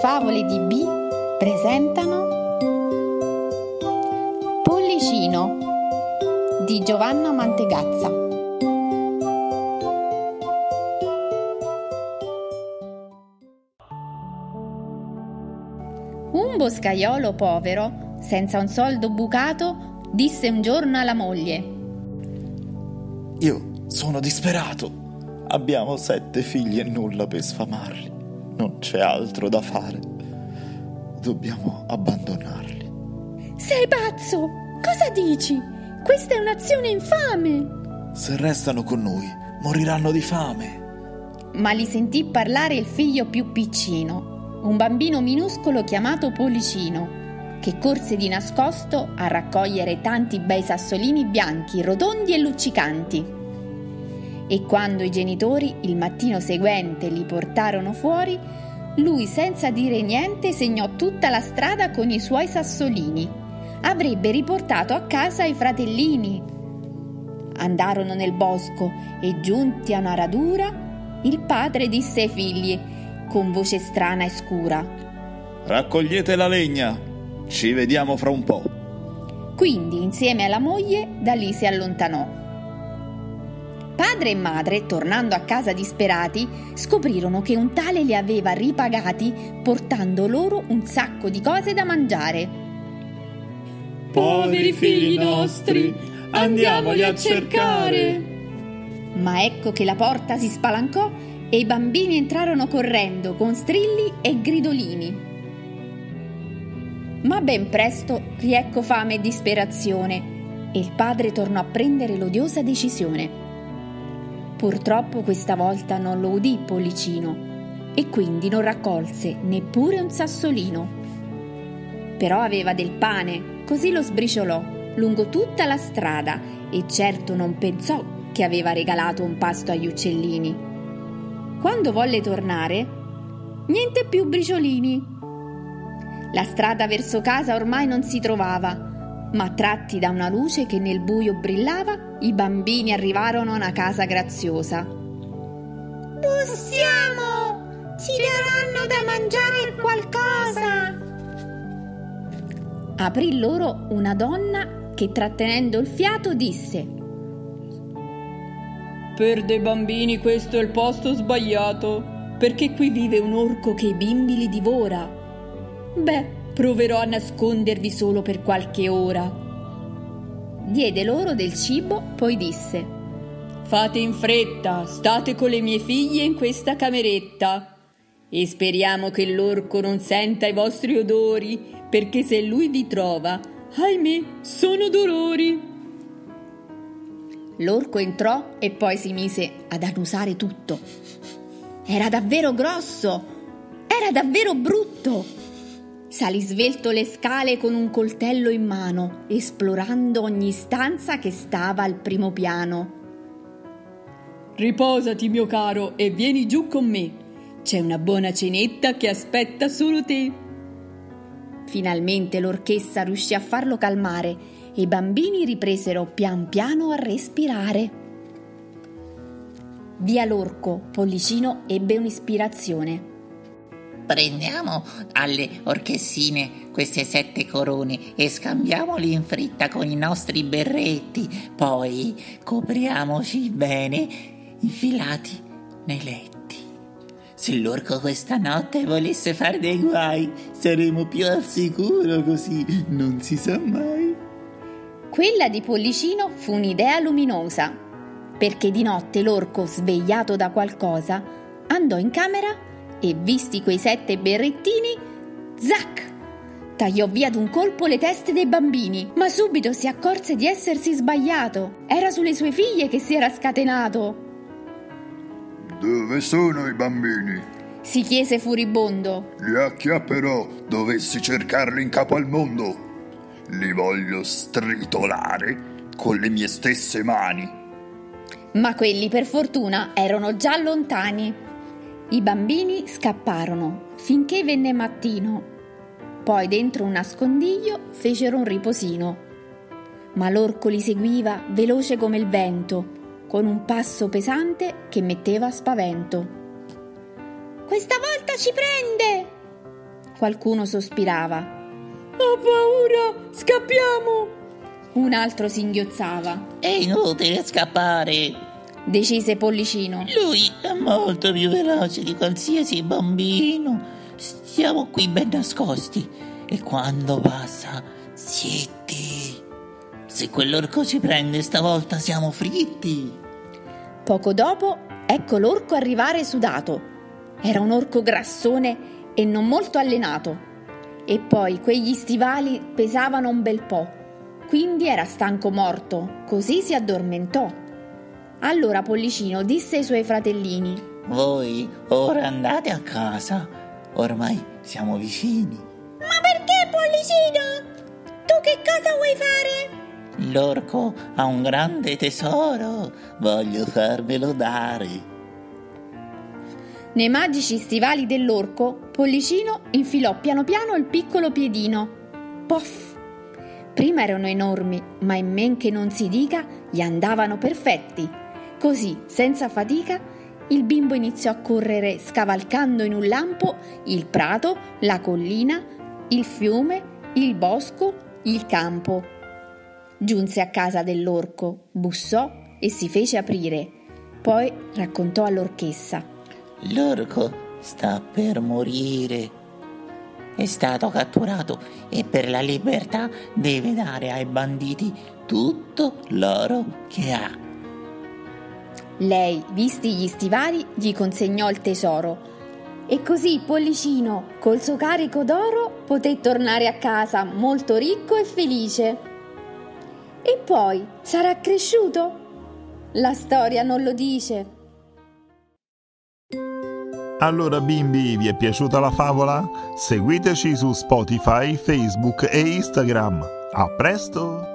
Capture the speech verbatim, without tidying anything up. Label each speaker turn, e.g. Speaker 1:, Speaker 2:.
Speaker 1: Favole di B presentano Pollicino di Giovanna Mantegazza. Un boscaiolo povero, senza un soldo bucato, disse un giorno alla moglie:
Speaker 2: Io sono disperato. Abbiamo sette figli e nulla per sfamarli. Non c'è altro da fare. Dobbiamo abbandonarli.
Speaker 3: Sei pazzo! Cosa dici? Questa è un'azione infame!
Speaker 2: Se restano con noi, moriranno di fame.
Speaker 1: Ma li sentì parlare il figlio più piccino, un bambino minuscolo chiamato Pollicino, che corse di nascosto a raccogliere tanti bei sassolini bianchi, rotondi e luccicanti. E quando i genitori il mattino seguente li portarono fuori, lui senza dire niente segnò tutta la strada con i suoi sassolini. Avrebbe riportato a casa i fratellini. Andarono nel bosco e, giunti a una radura, il padre disse ai figli con voce strana e scura:
Speaker 2: Raccogliete la legna, ci vediamo fra un po'.
Speaker 1: Quindi, insieme alla moglie, da lì si allontanò. Padre e madre, tornando a casa disperati, scoprirono che un tale li aveva ripagati portando loro un sacco di cose da mangiare.
Speaker 4: Poveri figli nostri, andiamoli a cercare!
Speaker 1: Ma ecco che la porta si spalancò e i bambini entrarono correndo con strilli e gridolini. Ma ben presto riecco fame e disperazione e il padre tornò a prendere l'odiosa decisione. Purtroppo questa volta non lo udì Pollicino e quindi non raccolse neppure un sassolino. Però aveva del pane, così lo sbriciolò lungo tutta la strada e certo non pensò che aveva regalato un pasto agli uccellini. Quando volle tornare, niente più briciolini. La strada verso casa ormai non si trovava, ma tratti da una luce che nel buio brillava, i bambini arrivarono a una casa graziosa.
Speaker 3: Bussiamo! Ci daranno da mangiare qualcosa!
Speaker 1: Aprì loro una donna che, trattenendo il fiato, disse:
Speaker 4: Per dei bambini questo è il posto sbagliato, perché qui vive un orco che i bimbi li divora. Beh, proverò a nascondervi solo per qualche ora.
Speaker 1: Diede loro del cibo, poi disse:
Speaker 4: Fate in fretta, state con le mie figlie in questa cameretta e speriamo che l'orco non senta i vostri odori, perché se lui vi trova, ahimè, sono dolori.
Speaker 1: L'orco entrò e poi si mise ad annusare tutto. Era davvero grosso, era davvero brutto. Salì svelto le scale con un coltello in mano, esplorando ogni stanza che stava al primo piano.
Speaker 4: Riposati, mio caro, e vieni giù con me. C'è una buona cenetta che aspetta solo te.
Speaker 1: Finalmente l'orchessa riuscì a farlo calmare e i bambini ripresero pian piano a respirare. Via l'orco, Pollicino ebbe un'ispirazione.
Speaker 5: Prendiamo alle orchessine queste sette corone e scambiamoli in fretta con i nostri berretti. Poi copriamoci bene, infilati nei letti. Se l'orco questa notte volesse fare dei guai, saremo più al sicuro, così non si sa mai.
Speaker 1: Quella di Pollicino fu un'idea luminosa, perché di notte l'orco, svegliato da qualcosa, andò in camera e, visti quei sette berrettini, zac! Tagliò via d'un colpo le teste dei bambini, ma subito si accorse di essersi sbagliato. Era sulle sue figlie che si era scatenato.
Speaker 6: Dove sono i bambini?
Speaker 1: Si chiese furibondo.
Speaker 6: Li acchiapperò dovessi cercarli in capo al mondo. Li voglio stritolare con le mie stesse mani.
Speaker 1: Ma quelli, per fortuna, erano già lontani. I bambini scapparono finché venne mattino. Poi dentro un nascondiglio fecero un riposino. Ma l'orco li seguiva veloce come il vento, con un passo pesante che metteva spavento.
Speaker 3: Questa volta ci prende!
Speaker 1: Qualcuno sospirava.
Speaker 4: Ho paura, scappiamo!
Speaker 1: Un altro singhiozzava.
Speaker 5: È inutile scappare.
Speaker 1: Decise Pollicino.
Speaker 5: Lui è molto più veloce di qualsiasi bambino. Stiamo qui ben nascosti e quando passa, zitti. Se quell'orco ci prende stavolta siamo fritti.
Speaker 1: Poco dopo, ecco l'orco arrivare sudato. Era un orco grassone e non molto allenato. E poi quegli stivali pesavano un bel po'. Quindi era stanco morto, così si addormentò. Allora Pollicino disse ai suoi fratellini:
Speaker 5: Voi ora andate a casa, ormai siamo vicini.
Speaker 3: Ma perché, Pollicino? Tu che cosa vuoi fare?
Speaker 5: L'orco ha un grande tesoro, voglio farvelo dare.
Speaker 1: Nei magici stivali dell'orco, Pollicino infilò piano piano il piccolo piedino. Poff! Prima erano enormi, ma in men che non si dica, gli andavano perfetti. Così, senza fatica, il bimbo iniziò a correre scavalcando in un lampo il prato, la collina, il fiume, il bosco, il campo. Giunse a casa dell'orco, bussò e si fece aprire. Poi raccontò all'orchessa.
Speaker 5: L'orco sta per morire. È stato catturato e per la libertà deve dare ai banditi tutto l'oro che ha.
Speaker 1: Lei, visti gli stivali, gli consegnò il tesoro. E così Pollicino, col suo carico d'oro, poté tornare a casa molto ricco e felice. E poi sarà cresciuto? La storia non lo dice.
Speaker 7: Allora bimbi, vi è piaciuta la favola? Seguiteci su Spotify, Facebook e Instagram. A presto!